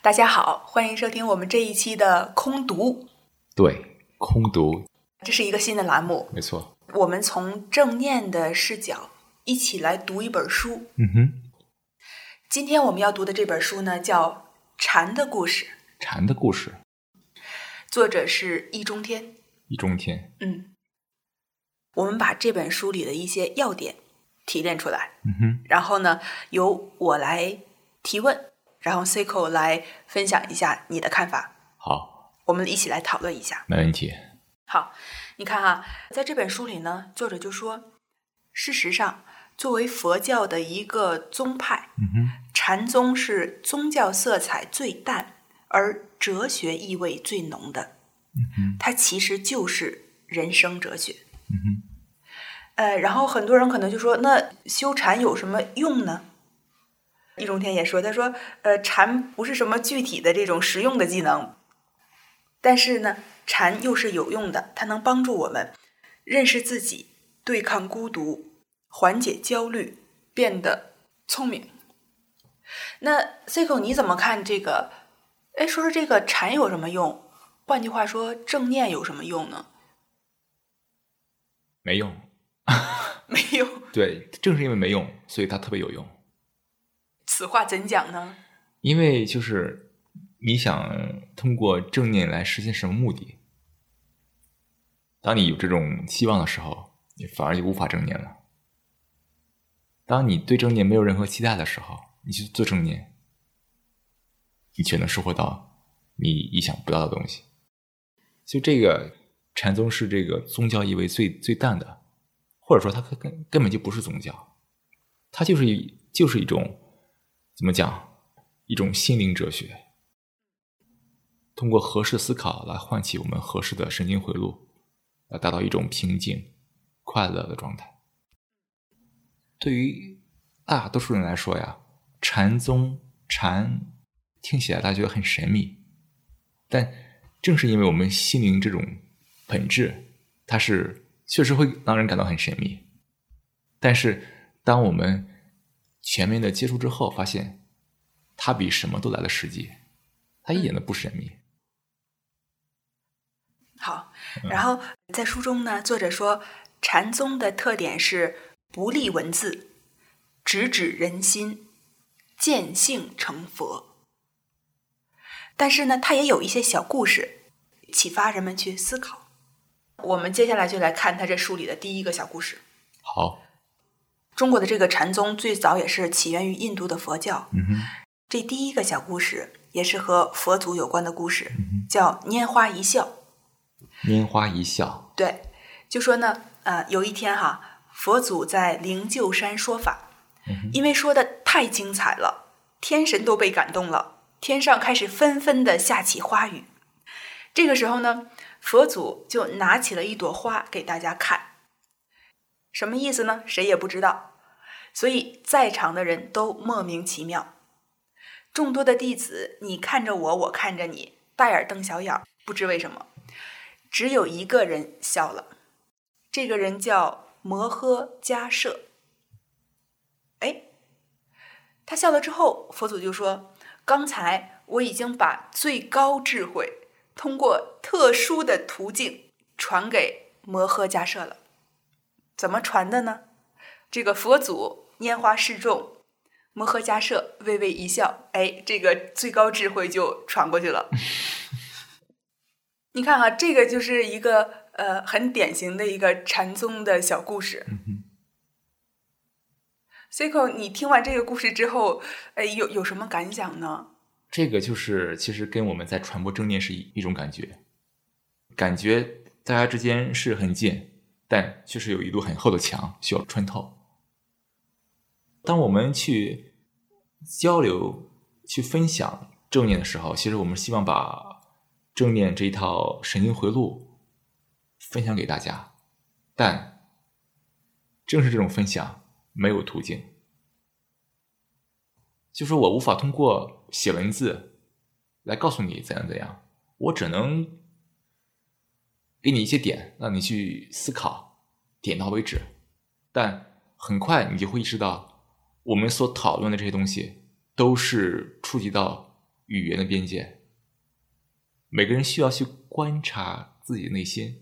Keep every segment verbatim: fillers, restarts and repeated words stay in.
大家好，欢迎收听我们这一期的空读。 对，空读， 这是一个新的栏目， 没错。 我们从正念的视角一起来读一本书。 嗯哼， 今天我们要读的这本书呢，叫《禅的故事》。 禅的故事， 作者是易中天。 易中天。 嗯，我们把这本书里的一些要点提炼出来， 嗯哼， 然后呢，由我来提问，然后 Seiko 来分享一下你的看法。 好， 我们一起来讨论一下。 没问题。 好，你看哈、啊，在这本书里呢，作者就说，事实上，作为佛教的一个宗派， 嗯哼， 禅宗是宗教色彩最淡而哲学意味最浓的。 嗯哼， 它其实就是人生哲学。 嗯哼， 呃，然后很多人可能就说，那修禅有什么用呢？易中天也说，他说，呃，禅不是什么具体的这种实用的技能，但是呢，禅又是有用的，它能帮助我们认识自己，对抗孤独，缓解焦虑，变得聪明。那 Seiko 你怎么看这个？哎，说说这个禅有什么用？换句话说，正念有什么用呢？ 没用。 没有。 对，正是因为没用，所以它特别有用。 此话怎讲呢？ 因为就是你想通过正念来实现什么目的？当你有这种希望的时候，你反而就无法正念了。当你对正念没有任何期待的时候，你去做正念，你却能收获到你意想不到的东西。就这个禅宗是这个宗教意味最最淡的，或者说它根根本就不是宗教，它就是一就是一种怎么讲，一种心灵哲学，通过合适思考来唤起我们合适的神经回路，来达到一种平静快乐的状态。对于大多数人来说呀，禅宗禅听起来大家觉得很神秘，但正是因为我们心灵这种本质，它是确实会让人感到很神秘。但是当我们全面的接触之后，发现它比什么都来的实际，它一点都不神秘。 好，然后在书中呢，作者说禅宗的特点是不立文字，直指人心，见性成佛。但是呢，它也有一些小故事，启发人们去思考。我们接下来就来看他这书里的第一个小故事。 好， 中国的这个禅宗最早也是起源于印度的佛教。 嗯哼， 这第一个小故事也是和佛祖有关的故事， 嗯、 叫拈花一笑。 拈花一笑， 对，就说呢，呃，有一天哈，佛祖在灵鹫山说法， 嗯、 因为说的太精彩了，天神都被感动了，天上开始纷纷的下起花雨。这个时候呢，佛祖就拿起了一朵花给大家看，什么意思呢？谁也不知道，所以在场的人都莫名其妙。众多的弟子，你看着我，我看着你，大眼瞪小眼，不知为什么。只有一个人笑了，这个人叫摩诃迦摄。哎，他笑了之后，佛祖就说，刚才我已经把最高智慧通过特殊的途径传给摩诃迦摄了。怎么传的呢？这个佛祖拈花示众，摩诃迦摄微微一笑，哎，这个最高智慧就传过去了。你看啊，这个就是一个呃很典型的一个禅宗的小故事。 嗯、 Seiko 你听完这个故事之后，哎，有有什么感想呢？ 这个就是其实跟我们在传播正念是一一种感觉，感觉大家之间是很近，但确实有一堵很厚的墙需要穿透。当我们去交流去分享正念的时候，其实我们希望把正念这一套神经回路分享给大家，但正是这种分享没有途径，就是我无法通过写文字来告诉你怎样怎样，我只能给你一些点让你去思考，点到为止。但很快你就会意识到，我们所讨论的这些东西都是触及到语言的边界。每个人需要去观察自己的内心，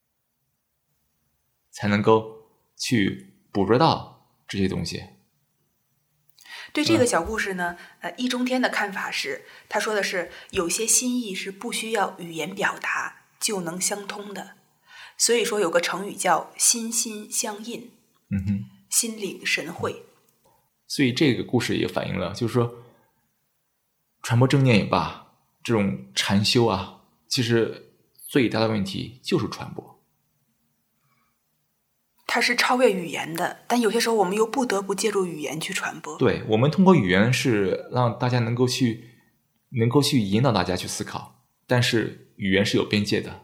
才能够去捕捉到这些东西。 对这个小故事呢，嗯、呃，易中天的看法是，他说的是有些心意是不需要语言表达就能相通的，所以说有个成语叫心心相印， 嗯哼， 心领神会。 所以这个故事也反映了，就是说传播正念也罢，这种禅修啊，其实最大的问题就是传播。 它是超越语言的，但有些时候我们又不得不借助语言去传播。 对，我们通过语言是让大家能够去能够去引导大家去思考，但是语言是有边界的，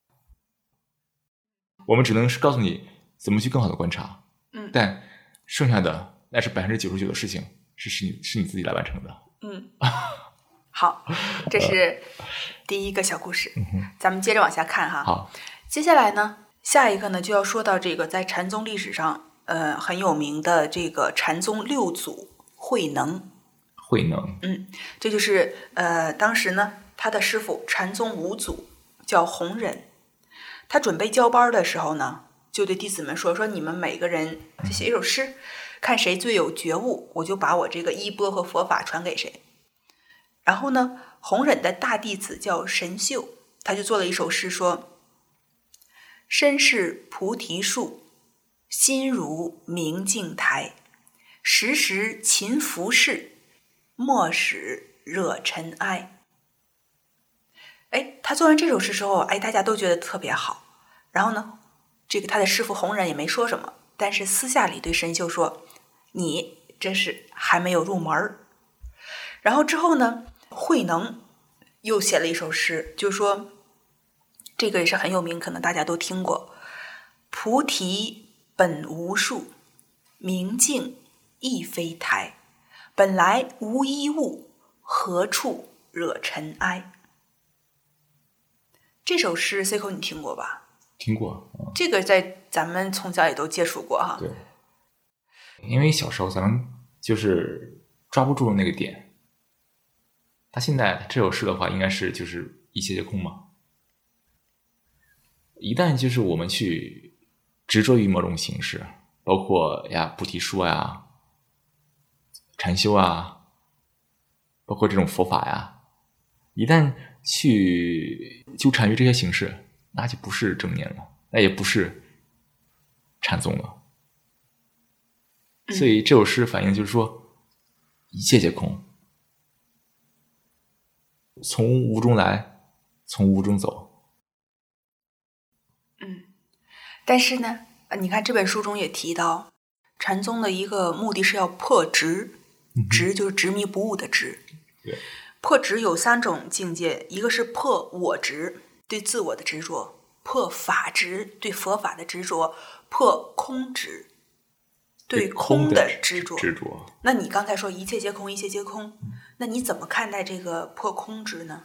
我们只能是告诉你怎么去更好的观察， 嗯， 但剩下的那是百分之九十九的事情是是你是你自己来完成的。 嗯，好，这是第一个小故事， 嗯、 咱们接着往下看哈。 好， 接下来呢？下一个呢，就要说到这个在禅宗历史上，呃，很有名的这个禅宗六祖慧能。 慧能， 嗯，这就是呃，当时呢，他的师傅禅宗五祖叫弘忍，他准备交班的时候呢，就对弟子们说：“说你们每个人就写一首诗，嗯、看谁最有觉悟，我就把我这个衣钵和佛法传给谁。”然后呢，弘忍的大弟子叫神秀，他就做了一首诗说。身是菩提树，心如明镜台，时时勤拂拭，莫使惹尘埃。哎，他做完这首诗之后，哎，大家都觉得特别好。然后呢，这个他的师傅弘忍也没说什么，但是私下里对神秀说：“你这是还没有入门。”然后之后呢，慧能又写了一首诗，就说。这个也是很有名，可能大家都听过。菩提本无树，明镜亦非台。本来无一物，何处惹尘埃？这首诗 C 口你听过吧？ 听过、嗯、 这个在咱们从小也都接触过哈。 对，因为小时候咱们就是抓不住那个点。他现在这首诗的话，应该是就是一切皆空嘛。一旦就是我们去执着于某种形式，包括呀菩提树呀、禅修啊，包括这种佛法呀，一旦去纠缠于这些形式，那就不是正念了，那也不是禅宗了。所以这首诗反映就是说，一切皆空，从无中来，从无中走。 嗯，但是呢，你看这本书中也提到，禅宗的一个目的是要破执，执就是执迷不悟的执。 对， 破执有三种境界，一个是破我执，对自我的执着；破法执，对佛法的执着；破空执，对空的执着。 执着。 那你刚才说一切皆空，一切皆空，嗯、那你怎么看待这个破空执呢？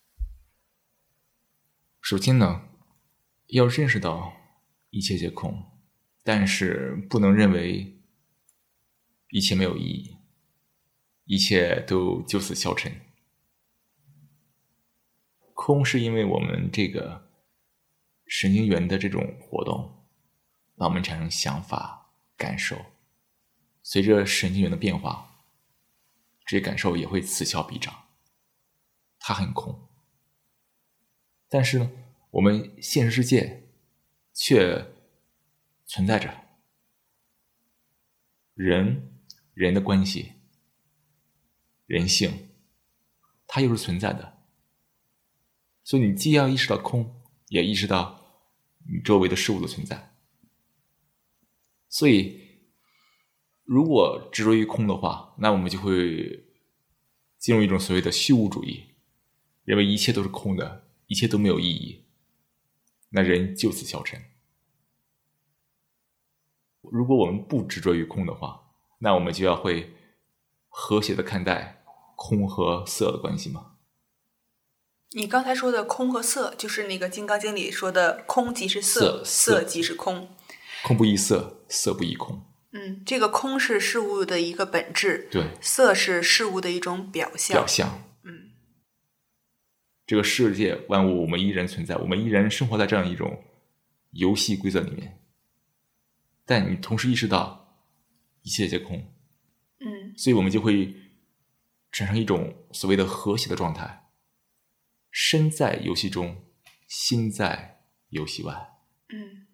首先呢，要认识到一切皆空，但是不能认为一切没有意义，一切都就此消沉。空是因为我们这个神经元的这种活动，让我们产生想法、感受，随着神经元的变化，这些感受也会此消彼长，它很空。但是呢，我们现实世界却存在着人人的关系，人性，它又是存在的。所以你既要意识到空，也意识到你周围的事物的存在。所以如果执着于空的话，那我们就会进入一种所谓的虚无主义，认为一切都是空的，一切都没有意义，那人就此消沉。如果我们不执着于空的话，那我们就要会和谐的看待空和色的关系吗？ 你刚才说的空和色，就是那个《金刚经》里说的空即是色，色即是空。 空不异色，色不异空。 嗯，这个空是事物的一个本质， 对， 色是事物的一种表象。 表象。 嗯， 这个世界万物我们依然存在，我们依然生活在这样一种游戏规则里面，但你同时意识到一切皆空， 嗯， 所以我们就会产生一种所谓的和谐的状态，身在游戏中，心在游戏外。 嗯，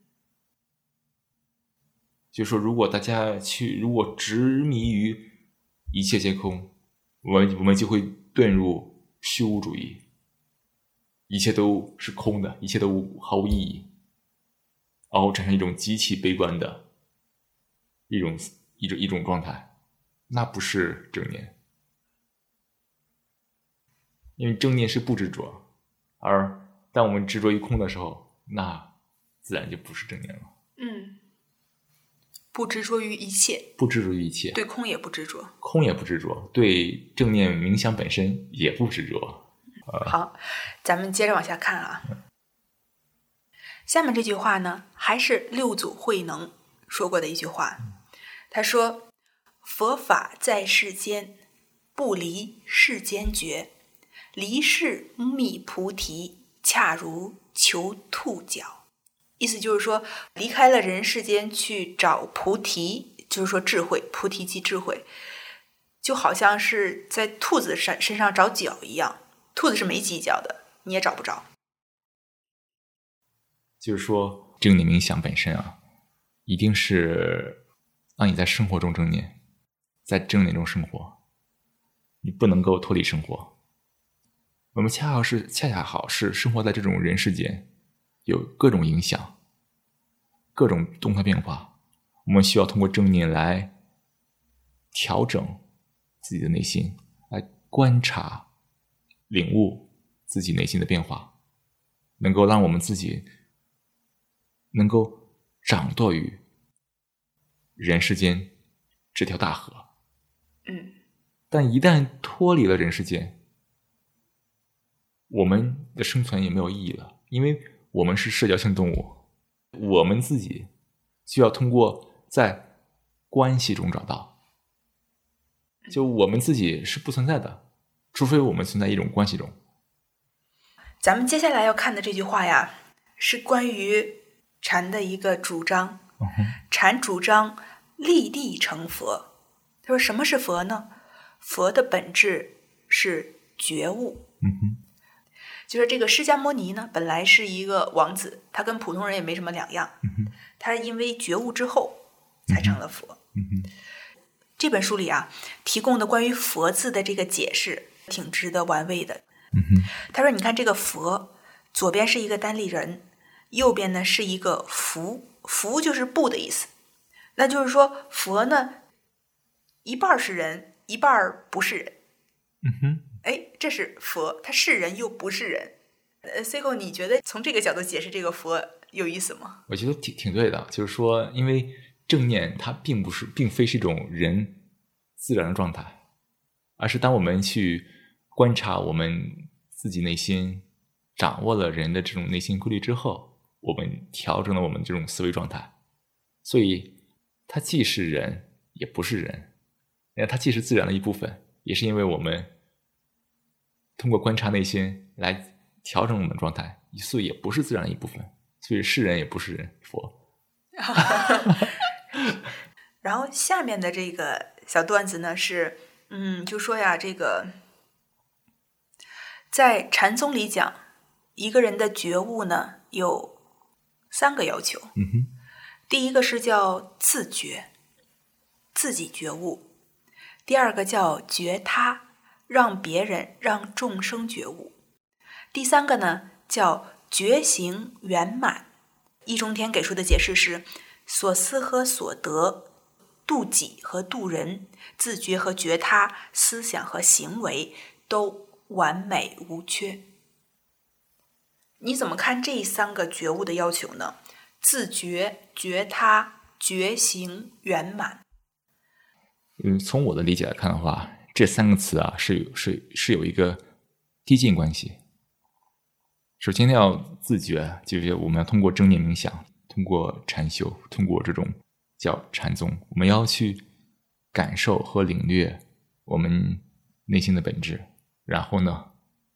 就是说，如果大家去，如果执迷于一切皆空，我们我们就会遁入虚无主义，一切都是空的，一切都毫无意义，然后产生一种极其悲观的一种一种一种状态，那不是正念。因为正念是不执着，而当我们执着于空的时候，那自然就不是正念了。 嗯，不执着于一切， 不执着于一切， 对空也不执着， 空也不执着，对正念冥想本身也不执着。呃、 好，咱们接着往下看啊。下面这句话呢，还是六祖慧能说过的一句话。他说：“佛法在世间，不离世间觉。离世觅菩提，恰如求兔角。”意思就是说，离开了人世间去找菩提，就是说智慧，菩提即智慧，就好像是在兔子身身上找角一样。兔子是没犄角的，你也找不着。 就是说，正念冥想本身啊，一定是让你在生活中正念，在正念中生活，你不能够脱离生活。我们恰好是恰恰好是生活在这种人世间，有各种影响，各种动态变化，我们需要通过正念来调整自己的内心，来观察领悟自己内心的变化，能够让我们自己能够掌舵于人世间这条大河。 嗯， 但一旦脱离了人世间，我们的生存也没有意义了，因为我们是社交性动物，我们自己需要通过在关系中找到，就我们自己是不存在的，除非我们存在一种关系中。 咱们接下来要看的这句话呀，是关于禅的一个主张。禅主张立地成佛。他说什么是佛呢？佛的本质是觉悟。 嗯哼， 就是这个释迦牟尼呢，本来是一个王子，他跟普通人也没什么两样。 嗯哼， 他因为觉悟之后才成了佛。 嗯哼， 这本书里啊，提供的关于佛字的这个解释挺值得玩味的。 嗯哼， 他说你看这个佛，左边是一个单立人，右边呢是一个福，福就是不的意思。那就是说佛呢，一半是人，一半不是人。 嗯哼， 哎，这是佛，他是人又不是人。呃 Cico 你觉得从这个角度解释这个佛有意思吗？ 我觉得挺挺对的，就是说，因为正念它并不是，并非是一种人自然的状态，而是当我们去观察我们自己内心，掌握了人的这种内心规律之后，我们调整了我们这种思维状态，所以它既是人也不是人，它既是自然的一部分，也是因为我们通过观察内心来调整我们的状态，所以也不是自然的一部分，所以是人也不是人，佛。 然后下面的这个小段子呢是，嗯，就说呀，这个在禅宗里讲，一个人的觉悟呢有三个要求。 嗯哼， 第一个是叫自觉，自己觉悟；第二个叫觉他，让别人让众生觉悟；第三个呢叫觉行圆满。易中天给出的解释是：所思和所得，度己和度人，自觉和觉他，思想和行为都完美无缺。你怎么看这三个觉悟的要求呢？自觉、觉他、觉行圆满。 嗯，从我的理解来看的话，这三个词啊是有是是有一个递进关系。首先要自觉，就是我们要通过正念冥想，通过禅修，通过这种叫禅宗，我们要去感受和领略我们内心的本质，然后呢，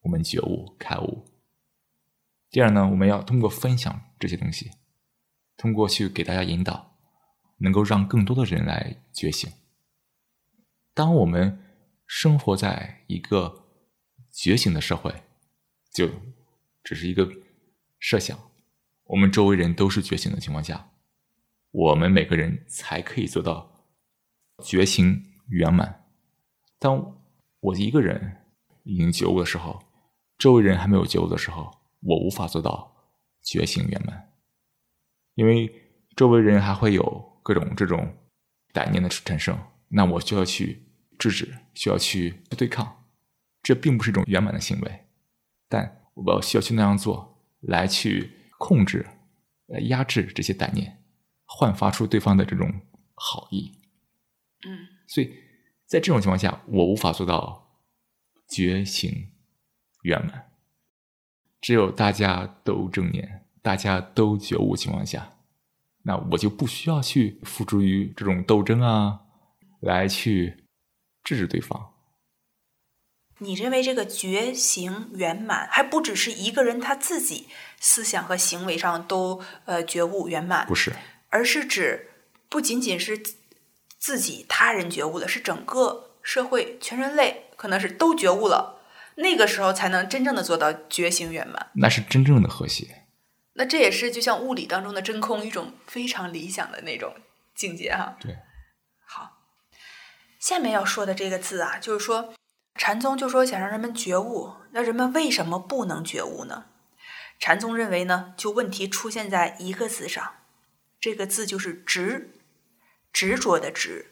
我们觉悟开悟。第二呢，我们要通过分享这些东西，通过去给大家引导，能够让更多的人来觉醒。当我们生活在一个觉醒的社会，就只是一个设想，我们周围人都是觉醒的情况下，我们每个人才可以做到觉醒圆满。当我一个人已经觉悟的时候，周围人还没有觉悟的时候，我无法做到觉醒圆满，因为周围人还会有各种这种歹念的产生，那我就要去制止，需要去对抗，这并不是一种圆满的行为，但我需要去那样做，来去控制、来压制这些歹念，焕发出对方的这种好意。 嗯， 所以在这种情况下，我无法做到觉醒圆满。只有大家都正念，大家都觉悟情况下，那我就不需要去付诸于这种斗争啊，来去制止对方。 你认为这个觉醒圆满，还不只是一个人他自己思想和行为上都呃觉悟圆满？ 不是， 而是指不仅仅是自己他人觉悟了，是整个社会全人类可能是都觉悟了，那个时候才能真正的做到觉醒圆满。 那是真正的和谐。 那这也是就像物理当中的真空，一种非常理想的那种境界哈。 对。 好，下面要说的这个字啊，就是说禅宗就说想让人们觉悟，那人们为什么不能觉悟呢？禅宗认为呢，就问题出现在一个字上，这个字就是执，执着的执。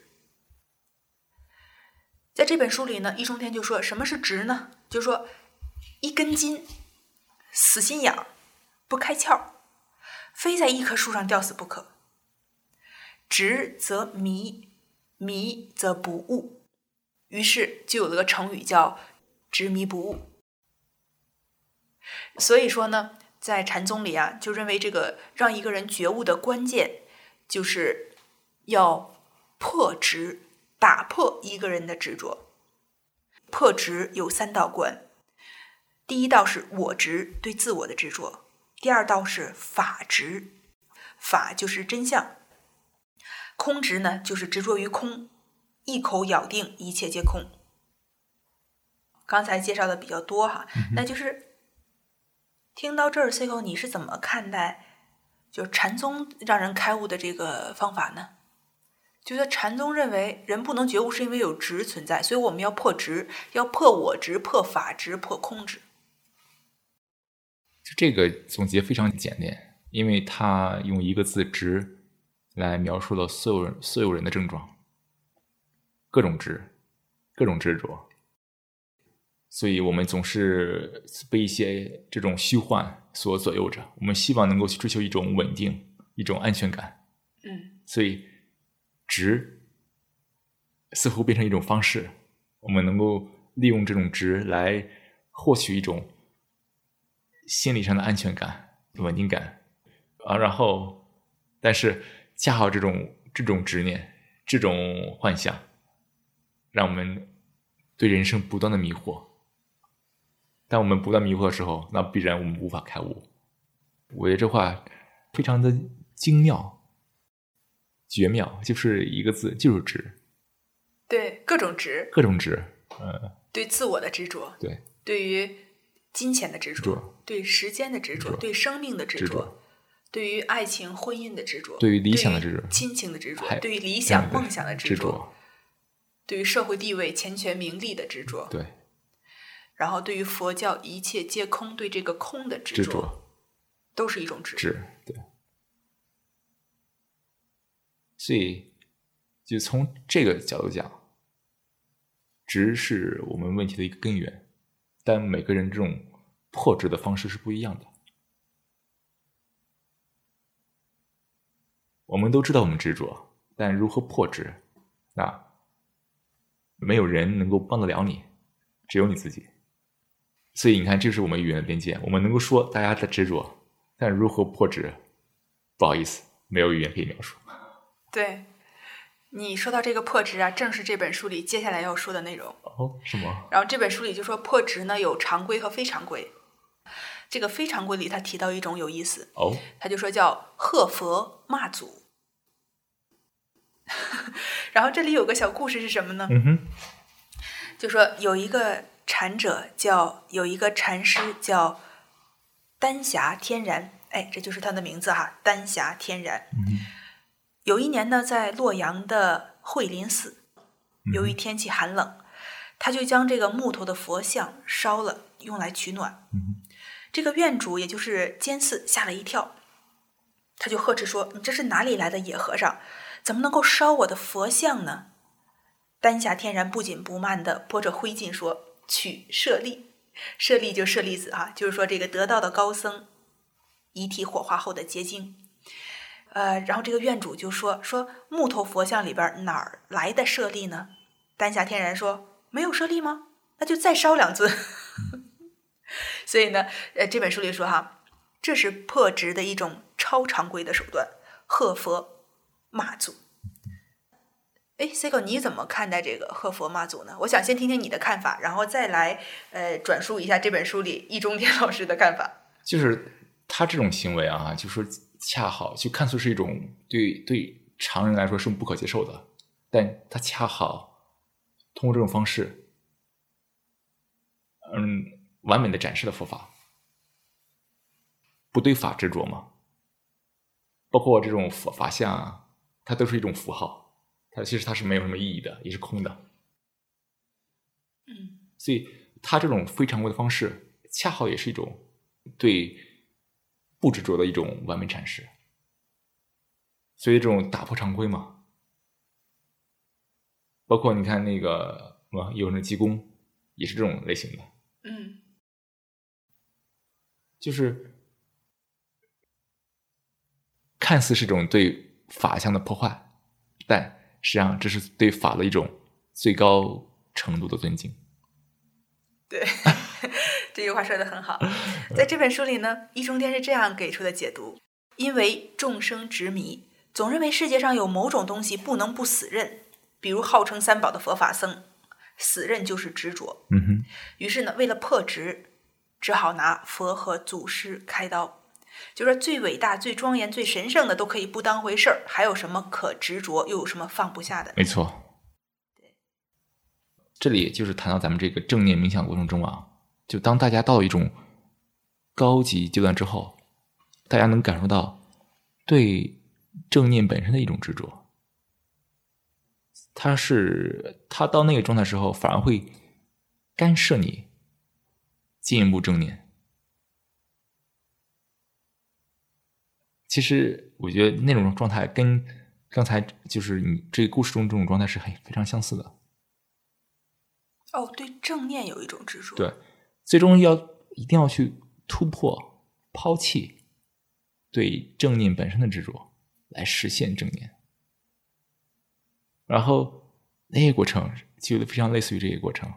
在这本书里呢，易中天就说什么是执呢？就是说一根筋，死心眼儿，不开窍，非在一棵树上吊死不可。执则迷，迷则不悟，于是就有了个成语叫执迷不悟。所以说呢，在禅宗里啊，就认为这个让一个人觉悟的关键，就是要破执，打破一个人的执着。破执有三道关，第一道是我执，对自我的执着；第二道是法执，法就是真相；空执呢，就是执着于空，一口咬定一切皆空。刚才介绍的比较多哈， 嗯、 那就是听到这儿，最后你是怎么看待就是禅宗让人开悟的这个方法呢？觉得禅宗认为人不能觉悟是因为有执存在，所以我们要破执，要破我执，破法执，破空执。 这个总结非常简练，因为他用一个字执来描述了所有人所有人的症状，各种执，各种执着。所以我们总是被一些这种虚幻所左右着，我们希望能够去追求一种稳定，一种安全感。 嗯， 所以执似乎变成一种方式，我们能够利用这种执来获取一种心理上的安全感、稳定感啊。然后，但是恰好这种这种执念、这种幻象，让我们对人生不断的迷惑。当我们不断迷惑的时候，那必然我们无法开悟。我觉得这话非常的精妙。绝妙，就是一个字，就是执。 对，各种执， 各种执，嗯， 对自我的执着， 对， 对于金钱的执着，对时间的执着，对生命的执着，对于爱情婚姻的执着， 对于理想的执着， 亲情的执着，对于理想梦想的执着， 对于社会地位、钱权名利的执着， 对， 然后对于佛教一切皆空，对这个空的执着，都是一种执。 执，对。所以，就从这个角度讲，执是我们问题的一个根源，但每个人这种破执的方式是不一样的。我们都知道我们执着，但如何破执，那没有人能够帮得了你，只有你自己。所以你看，这是我们语言的边界。我们能够说大家的执着，但如何破执，不好意思，没有语言可以描述。 对， 你说到这个破执啊，正是这本书里接下来要说的内容。 哦，是吗？ 然后这本书里就说破执呢有常规和非常规。这个非常规里他提到一种有意思， 哦， 他就说叫贺佛骂祖。然后这里有个小故事是什么呢？ 嗯哼， 就说有一个禅者叫有一个禅师叫丹霞天然，哎，这就是他的名字哈，丹霞天然。 嗯， 有一年呢，在洛阳的慧林寺，由于天气寒冷，他就将这个木头的佛像烧了，用来取暖。 嗯， 这个院主也就是监寺吓了一跳，他就呵斥说：“你这是哪里来的野和尚？怎么能够烧我的佛像呢？”丹霞天然不紧不慢地拨着灰烬说：“取舍利。”舍利就舍利子啊，就是说这个得道的高僧遗体火化后的结晶。呃，然后这个院主就说说木头佛像里边哪儿来的舍利呢？丹霞天然说：“没有舍利吗？那就再烧两尊。”所以呢，呃，这本书里说哈，这是破执的一种超常规的手段，贺佛骂祖。哎 ，C 哥，你怎么看待这个贺佛骂祖呢？我想先听听你的看法，然后再来呃转述一下这本书里易中天老师的看法。 就是他这种行为啊，就说恰好就看似是一种对对常人来说是不可接受的，但他恰好通过这种方式，嗯，完美的展示了佛法，不对法执着嘛。包括这种佛法像啊，它都是一种符号，它其实它是没有什么意义的，也是空的。 嗯， 所以他这种非常规的方式，恰好也是一种对不执着的一种完美阐释。所以这种打破常规嘛，包括你看那个什么有人的济公，也是这种类型的。 嗯， 就是看似是一种对法相的破坏，但实际上这是对法的一种最高程度的尊敬。 对，这句话说得很好。在这本书里呢，易中天是这样给出的解读：因为众生执迷，总认为世界上有某种东西不能不死认，比如号称三宝的佛法僧，死认就是执着。 嗯哼。 于是呢，为了破执，只好拿佛和祖师开刀。就说最伟大、最庄严、最神圣的都可以不当回事儿，还有什么可执着，又有什么放不下的？ 没错。 对， 这里就是谈到咱们这个正念冥想过程中啊，就当大家到了一种高级阶段之后，大家能感受到对正念本身的一种执着。它是它到那个状态时候，反而会干涉你进一步正念。其实我觉得那种状态跟刚才就是你这个故事中这种状态是很非常相似的。 哦，对正念有一种执着。 对，最终要一定要去突破、抛弃对正念本身的执着，来实现正念。然后那个过程就非常类似于这个过程。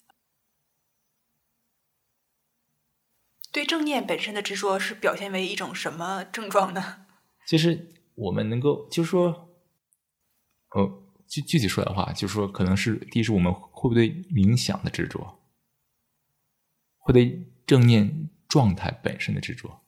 对正念本身的执着是表现为一种什么症状呢？ 其实我们能够就是说，呃，具具体说来的话，就是说，可能是第一是我们会不会对冥想的执着，会对正念状态本身的执着。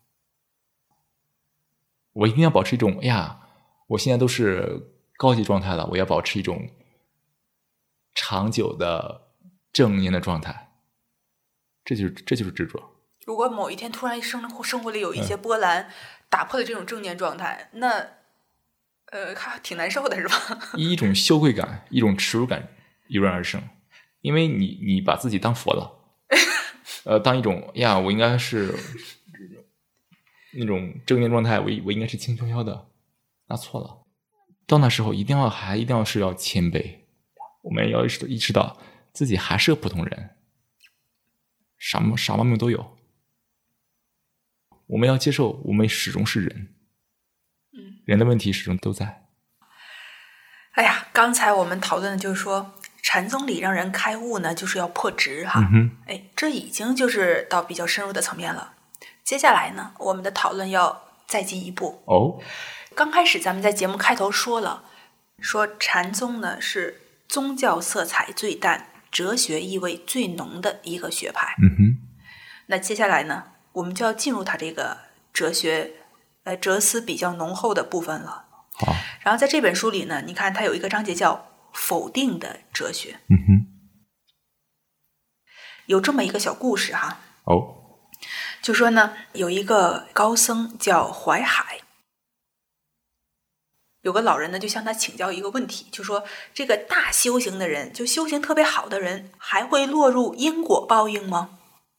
我一定要保持一种，哎呀，我现在都是高级状态了，我要保持一种长久的正念的状态，这就是这就是执着。 如果某一天突然生活生活里有一些波澜，嗯、打破了这种正念状态，那呃还挺难受的，是吧？ 一种羞愧感，一种耻辱感油然而生，因为你你把自己当佛了，呃，当一种呀，我应该是那种正念状态，我我应该是轻飘飘的，那错了。到那时候一定要还一定要是要谦卑，我们要意识意识到自己还是个普通人，啥啥毛病都有。我们要接受，我们始终是人， 嗯， 人的问题始终都在。 哎呀，刚才我们讨论的就是说，禅宗里让人开悟呢，就是要破执哈。 嗯哼， 哎，这已经就是到比较深入的层面了。接下来呢，我们的讨论要再进一步。 哦， 刚开始咱们在节目开头说了， 说禅宗呢是宗教色彩最淡、哲学意味最浓的一个学派。 嗯哼。 那接下来呢，我们就要进入它这个哲学呃哲思比较浓厚的部分了。 好。 然后在这本书里呢，你看它有一个章节叫否定的哲学。 嗯哼。 有这么一个小故事哈。 哦。 就说呢，有一个高僧叫淮海，有个老人呢就向他请教一个问题，就说这个大修行的人，就修行特别好的人，还会落入因果报应吗？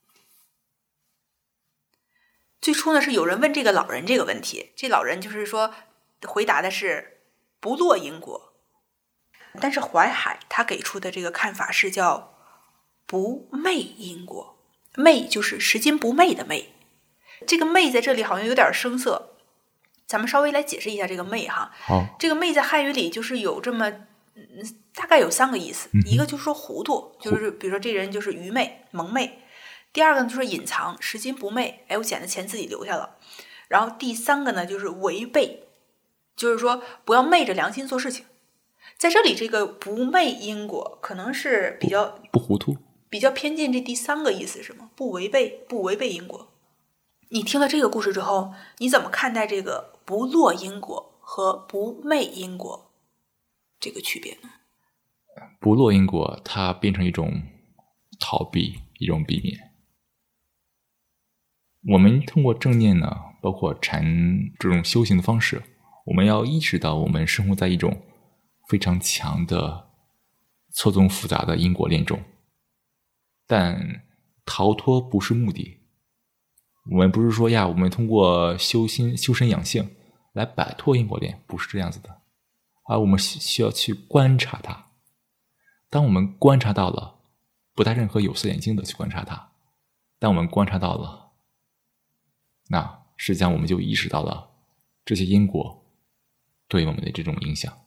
最初呢是有人问这个老人这个问题，这老人就是说回答的是不落因果，但是淮海他给出的这个看法是叫不昧因果，昧就是拾金不昧的昧，这个昧在这里好像有点生涩，咱们稍微来解释一下这个昧哈。 好。 这个昧在汉语里就是有这么、嗯、大概有三个意思、嗯、一个就是说糊涂，就是比如说这人就是愚昧蒙昧，第二个呢就是隐藏拾金不昧，哎，我捡的钱自己留下了，然后第三个呢就是违背，就是说不要昧着良心做事情。在这里这个不昧因果可能是比较不, 不糊涂， 比较偏近这第三个意思是吗？不违背不违背因果。你听了这个故事之后，你怎么看待这个不落因果和不昧因果这个区别呢？ 不落因果它变成一种逃避，一种避免。我们通过正念呢，包括禅这种修行的方式，我们要意识到我们生活在一种非常强的错综复杂的因果链中，但逃脱不是目的。我们不是说呀，我们通过修心修身养性来摆脱因果链，不是这样子的，而我们需要去观察它。当我们观察到了，不带任何有色眼镜的去观察它，当我们观察到了，那实际上我们就意识到了这些因果对我们的这种影响。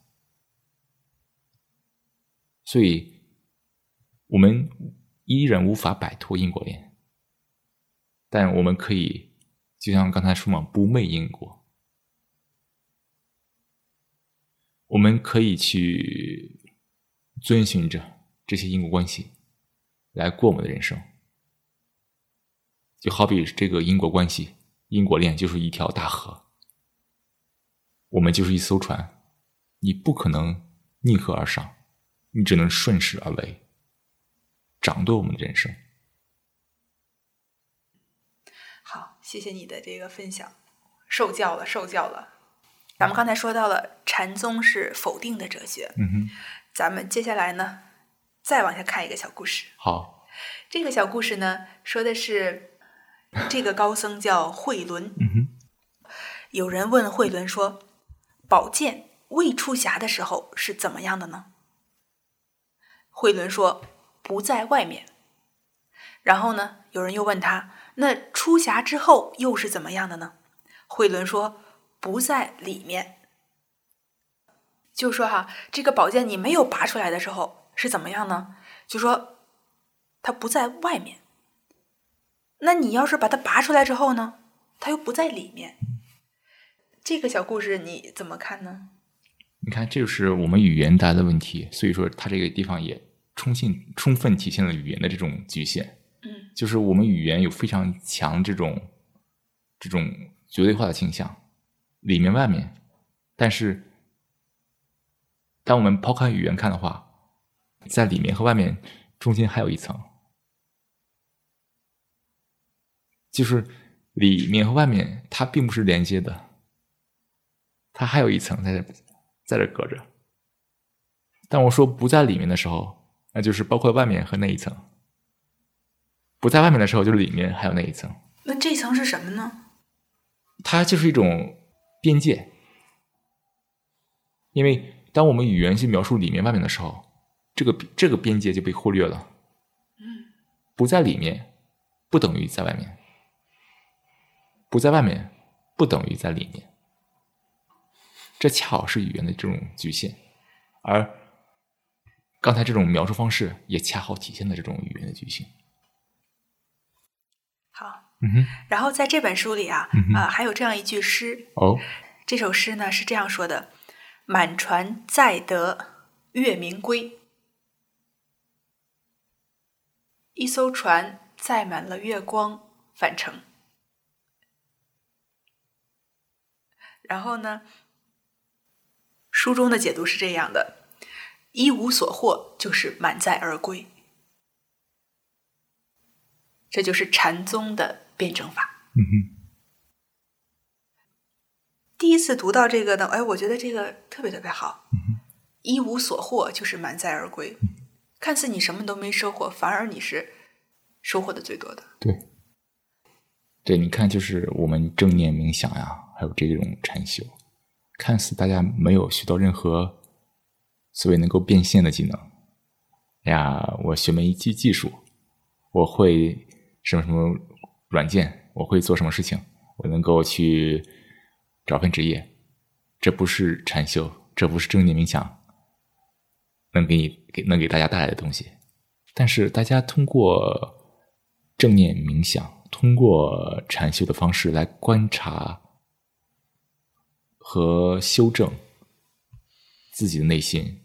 所以我们依然无法摆脱因果链，但我们可以就像刚才说嘛，不昧因果，我们可以去遵循着这些因果关系来过我们的人生。就好比这个因果关系，因果链就是一条大河，我们就是一艘船，你不可能逆河而上，你只能顺势而为，掌舵我们的人生。 好，谢谢你的这个分享，受教了受教了。咱们刚才说到了禅宗是否定的哲学， 嗯哼， 咱们接下来呢再往下看一个小故事。 好， 这个小故事呢说的是这个高僧叫慧伦， 嗯哼， 有人问慧伦说，宝剑未出匣的时候是怎么样的呢？慧伦说不在外面。然后呢有人又问他，那出匣之后又是怎么样的呢？慧伦说不在里面。就说哈，这个宝剑你没有拔出来的时候是怎么样呢？就说它不在外面。那你要是把它拔出来之后呢，它又不在里面。这个小故事你怎么看呢？ 你看，这就是我们语言带来的问题，所以说它这个地方也充分充分体现了语言的这种局限。 嗯， 就是我们语言有非常强这种这种绝对化的倾向，里面外面。但是当我们抛开语言看的话，在里面和外面中间还有一层，就是里面和外面它并不是连接的，它还有一层在这在这隔着。当我说不在里面的时候，那就是包括外面和那一层；不在外面的时候，就是里面还有那一层。 那这层是什么呢？ 它就是一种边界。因为当我们语言去描述里面外面的时候，这个这个边界就被忽略了。 嗯， 不在里面不等于在外面，不在外面不等于在里面，这恰好是语言的这种局限，而刚才这种描述方式也恰好体现了这种语言的局限。 好， 嗯哼。 然后在这本书里啊， 嗯哼， 呃，还有这样一句诗。 哦， 这首诗呢是这样说的： 满船载得月明归。一艘船载满了月光返程。然后呢，书中的解读是这样的：一无所获就是满载而归。这就是禅宗的辩证法。 嗯哼。 第一次读到这个呢，哎，我觉得这个特别特别好。 嗯哼。 一无所获就是满载而归。 嗯， 看似你什么都没收获，反而你是收获的最多的。 对，对，你看，就是我们正念冥想呀，还有这种禅修，看似大家没有学到任何所谓能够变现的技能。哎呀，我学没一技技术，我会什么什么软件，我会做什么事情，我能够去找份职业。这不是禅修，这不是正念冥想能给你给能给大家带来的东西。但是大家通过正念冥想，通过禅修的方式来观察和修正自己的内心，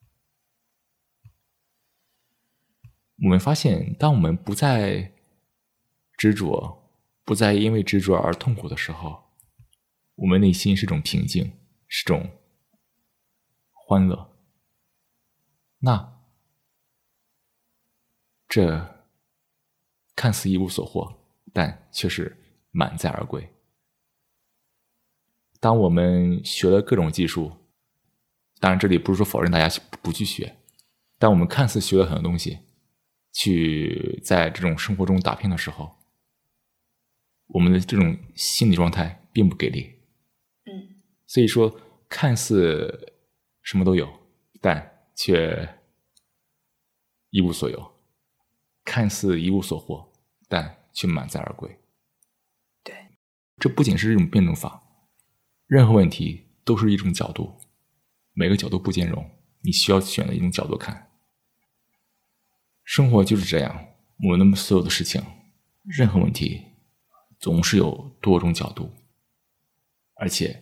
我们发现，当我们不再执着，不再因为执着而痛苦的时候，我们内心是种平静，是种欢乐。那这看似一无所获，但却是满载而归。当我们学了各种技术，当然这里不是说否认大家不去学，但我们看似学了很多东西，去在这种生活中打拼的时候，我们的这种心理状态并不给力。 嗯， 所以说看似什么都有，但却一无所有；看似一无所获，但却满载而归。 对， 这不仅是一种辩证法，任何问题都是一种角度，每个角度不兼容，你需要选择一种角度看。生活就是这样，我们所有的事情，任何问题总是有多种角度，而且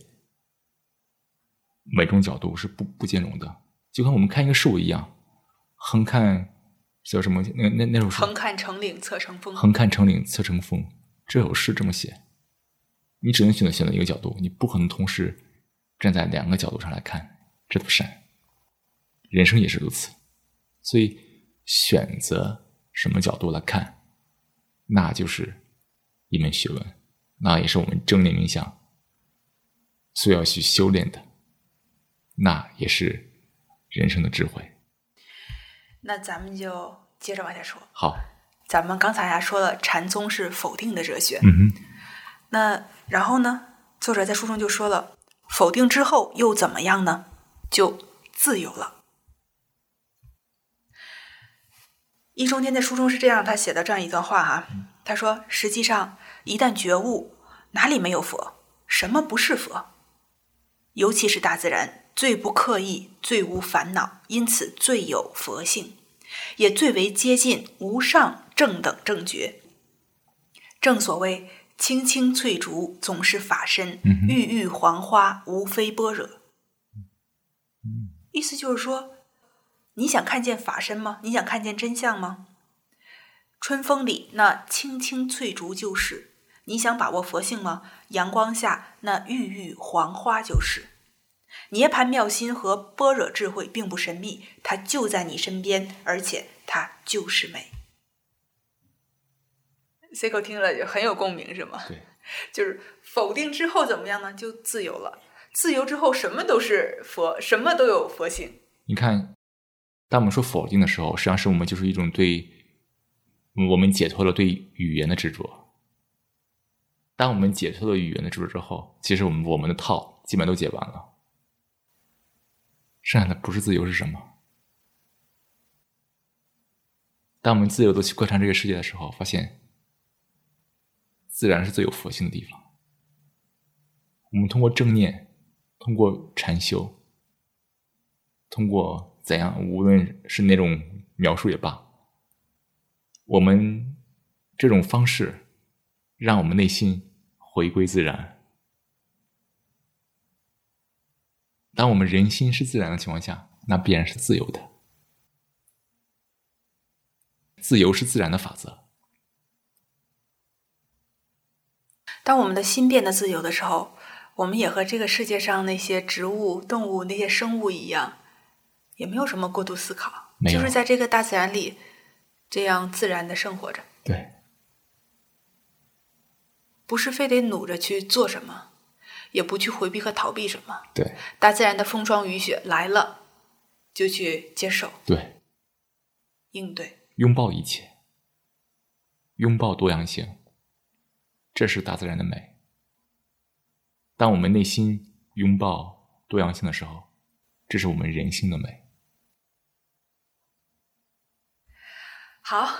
每种角度是不不兼容的。就跟我们看一个事物一样，横看叫什么？那那那首诗， 横看成岭侧成峰。 横看成岭侧成峰，这首诗这么写，你只能选择选择一个角度，你不可能同时站在两个角度上来看这座山。人生也是如此，所以选择什么角度来看，那就是一门学问，那也是我们正念冥想所要去修炼的，那也是人生的智慧。 那咱们就接着往下说。 好， 咱们刚才还说了禅宗是否定的哲学。 嗯哼。 那然后呢，作者在书中就说了，否定之后又怎么样呢？就自由了。易中天在书中是这样，他写的这样一段话哈，他说：实际上，一旦觉悟，哪里没有佛？什么不是佛？尤其是大自然，最不刻意，最无烦恼，因此最有佛性，也最为接近无上正等正觉。正所谓青青翠竹总是法身，郁郁黄花无非般若。意思就是说，你想看见法身吗？你想看见真相吗？春风里那青青翠竹就是。你想把握佛性吗？阳光下那郁郁黄花就是。涅槃妙心和般若智慧并不神秘，它就在你身边，而且它就是美。C 口听了就很有共鸣，是吗？ 对， 就是否定之后怎么样呢？就自由了。自由之后什么都是佛，什么都有佛性。 你看，当我们说否定的时候，实际上是我们就是一种对我们解脱了对语言的执着。当我们解脱了语言的执着之后，其实我们我们的套基本都解完了，剩下的不是自由是什么？当我们自由的去观察这个世界的时候，发现自然是最有佛性的地方。我们通过正念，通过禅修，通过怎样，无论是哪种描述也罢，我们这种方式让我们内心回归自然。 当我们人心是自然的情况下，那必然是自由的。自由是自然的法则。 当我们的心变得自由的时候，我们也和这个世界上那些植物、动物、那些生物一样，也没有什么过度思考，就是在这个大自然里这样自然的生活着。 对， 不是非得努着去做什么，也不去回避和逃避什么。 对， 大自然的风霜雨雪来了，就去接受， 对， 应对， 拥抱一切，拥抱多样性，这是大自然的美。当我们内心拥抱多样性的时候，这是我们人性的美。 好，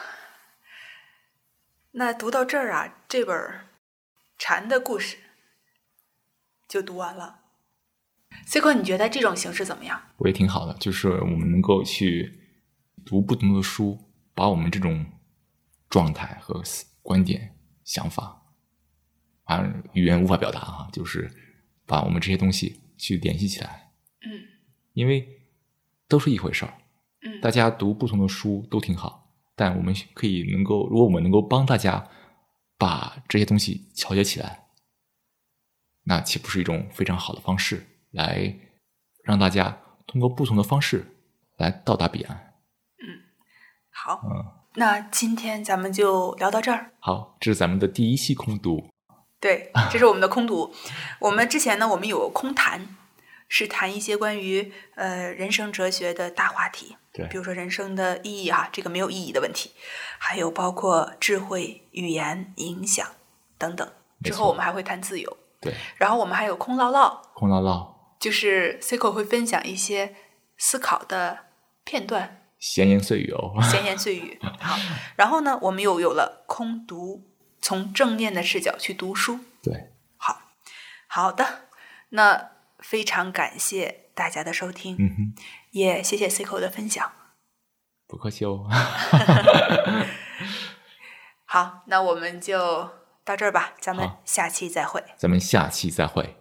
那读到这儿啊，这本禅的故事就读完了。Cico， 你觉得这种形式怎么样？ 我也挺好的，就是我们能够去读不同的书，把我们这种状态和观点、想法，啊，语言无法表达哈，就是把我们这些东西去联系起来。 嗯， 因为都是一回事儿。 嗯， 大家读不同的书都挺好，但我们可以能够，如果我们能够帮大家把这些东西调节起来，那岂不是一种非常好的方式，来让大家通过不同的方式来到达彼岸。 嗯，好， 嗯， 那今天咱们就聊到这儿。 好，这是咱们的第一期空读。 对，这是我们的空读。我们之前呢，我们有空谈，是谈一些关于呃人生哲学的大话题， 对， 比如说人生的意义哈，这个没有意义的问题，还有包括智慧、语言、影响等等。之后我们还会谈自由。 对， 然后我们还有空唠唠， 空唠唠就是 Cico 会分享一些思考的片段， 闲言碎语哦， 闲言碎语。好，然后呢，我们又有了空读，从正念的视角去读书。 对， 好，好的，那非常感谢大家的收听， 嗯哼， 也谢谢 Cico 的分享。 不客气哦。 好，那我们就到这儿吧，咱们下期再会。 咱们下期再会。